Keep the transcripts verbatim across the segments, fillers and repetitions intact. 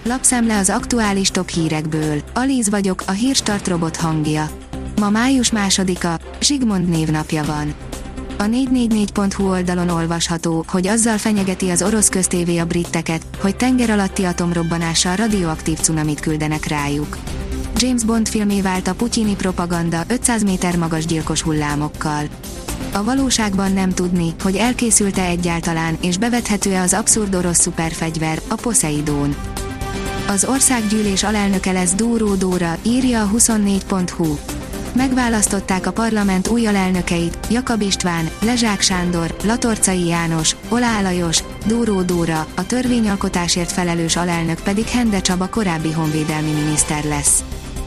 Lapszemle az aktuális top hírekből. Alíz vagyok, a Hírstart robot hangja. Ma május másodika, Zsigmond névnapja van. A négy négy négy pont hu oldalon olvasható, hogy azzal fenyegeti az orosz köztévé a britteket, hogy tenger alatti atomrobbanással radioaktív cunamit küldenek rájuk. James Bond filmé vált a putyini propaganda ötszáz méter magas gyilkos hullámokkal. A valóságban nem tudni, hogy elkészült-e egyáltalán, és bevethető-e az abszurd orosz szuperfegyver, a Poseidon. Az országgyűlés alelnöke lesz Dóró Dóra, írja a huszonnégy pont hu. Megválasztották a parlament új alelnökeit, Jakab István, Lezsák Sándor, Latorcai János, Oláh Lajos, Dóró Dóra, a törvényalkotásért felelős alelnök pedig Hende Csaba korábbi honvédelmi miniszter lesz.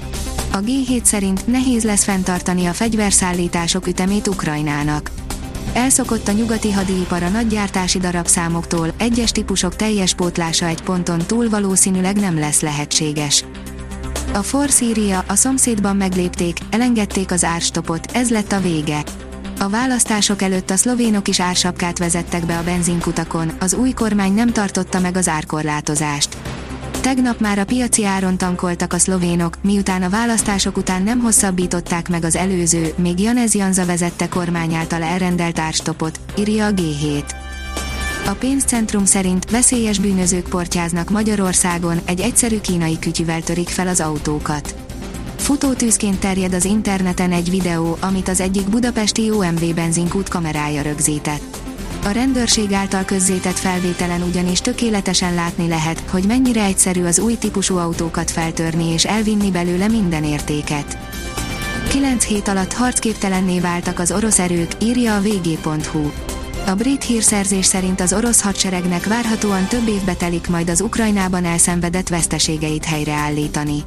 A gé hét szerint nehéz lesz fenntartani a fegyverszállítások ütemét Ukrajnának. Elszokott a nyugati hadipar a nagygyártási darabszámoktól, egyes típusok teljes pótlása egy ponton túl valószínűleg nem lesz lehetséges. A Force írja, a szomszédban meglépték, elengedték az árstopot, ez lett a vége. A választások előtt a szlovénok is ársapkát vezettek be a benzinkutakon, az új kormány nem tartotta meg az árkorlátozást. Tegnap már a piaci áron tankoltak a szlovénok, miután a választások után nem hosszabbították meg az előző, még Janez Janza vezette kormány által elrendelt árstopot, írja a gé hét. A pénzcentrum szerint veszélyes bűnözők portyáznak Magyarországon, egy egyszerű kínai kütyüvel törik fel az autókat. Futótűzként terjed az interneten egy videó, amit az egyik budapesti o em vé benzinkút kamerája rögzített. A rendőrség által közzétett felvételen ugyanis tökéletesen látni lehet, hogy mennyire egyszerű az új típusú autókat feltörni és elvinni belőle minden értéket. Kilenc hét alatt harcképtelenné váltak az orosz erők, írja a vé gé pont hu. A brit hírszerzés szerint az orosz hadseregnek várhatóan több évbe telik majd az Ukrajnában elszenvedett veszteségeit helyreállítani.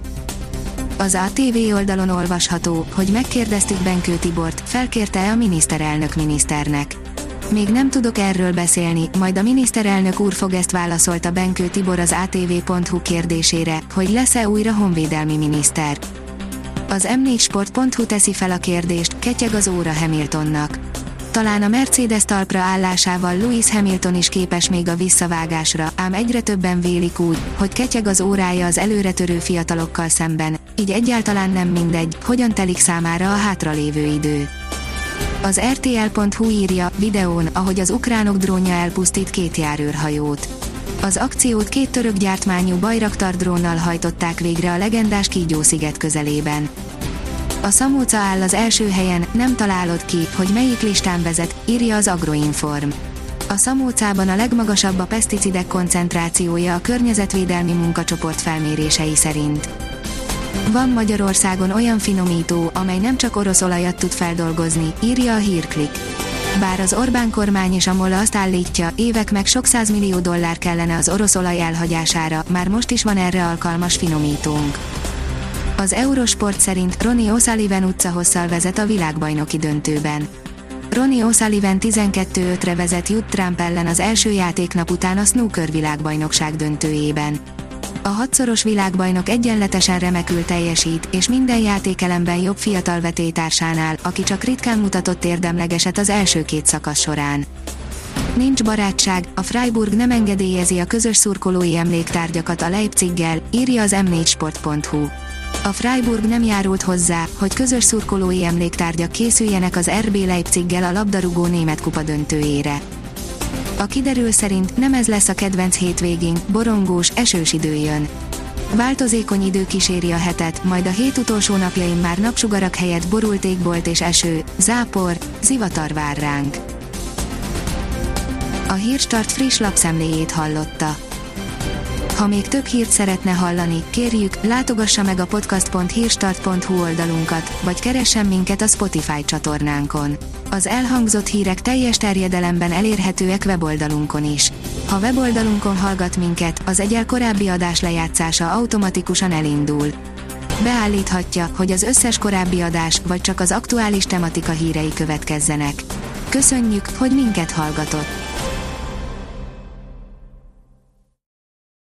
Az á té vé oldalon olvasható, hogy megkérdeztük Benkő Tibort, felkérte-e a miniszterelnök miniszternek. Még nem tudok erről beszélni, majd a miniszterelnök úr fog, ezt válaszolta Benkő Tibor az á té vé pont hu kérdésére, hogy lesz-e újra honvédelmi miniszter. Az em négy sport pont hu teszi fel a kérdést, ketyeg az óra Hamiltonnak. Talán a Mercedes talpra állásával Lewis Hamilton is képes még a visszavágásra, ám egyre többen vélik úgy, hogy ketyeg az órája az előretörő fiatalokkal szemben, így egyáltalán nem mindegy, hogyan telik számára a hátralévő idő. Az er té el pont hu írja, videón, ahogy az ukránok drónja elpusztít két járőrhajót. Az akciót két török gyártmányú Bayraktar drónnal hajtották végre a legendás Kígyó-sziget közelében. A Szamóca áll az első helyen, nem találod ki, hogy melyik listán vezet, írja az Agroinform. A Szamócában a legmagasabb a peszticidek koncentrációja a környezetvédelmi munkacsoport felmérései szerint. Van Magyarországon olyan finomító, amely nem csak orosz olajat tud feldolgozni, írja a Hírklik. Bár az Orbán kormány és a MOL azt állítja, évek meg sok százmillió dollár kellene az orosz olaj elhagyására, már most is van erre alkalmas finomítónk. Az Eurosport szerint Ronnie O'Sullivan utcahosszal vezet a világbajnoki döntőben. Ronnie O'Sullivan tizenkettő ötre vezet Judd Trump ellen az első játéknap után a snooker világbajnokság döntőjében. A hatszoros világbajnok egyenletesen remekül teljesít, és minden játékelemben jobb fiatal vetélytársánál, aki csak ritkán mutatott érdemlegeset az első két szakasz során. Nincs barátság, a Freiburg nem engedélyezi a közös szurkolói emléktárgyakat a Leipziggel, írja az em négy sport pont hu. A Freiburg nem járult hozzá, hogy közös szurkolói emléktárgyak készüljenek az er bé Leipziggel a labdarúgó német kupa döntőjére. A kiderül szerint nem ez lesz a kedvenc hétvégén, borongós, esős idő jön. Változékony idő kíséri a hetet, majd a hét utolsó napjain már napsugarak helyett borult égbolt és eső, zápor, zivatar vár ránk. A Hírstart friss lapszemléjét hallotta. Ha még több hírt szeretne hallani, kérjük, látogassa meg a podcast pont hírstart pont hu oldalunkat, vagy keressen minket a Spotify csatornánkon. Az elhangzott hírek teljes terjedelemben elérhetőek weboldalunkon is. Ha weboldalunkon hallgat minket, az egyel korábbi adás lejátszása automatikusan elindul. Beállíthatja, hogy az összes korábbi adás, vagy csak az aktuális tematika hírei következzenek. Köszönjük, hogy minket hallgatott!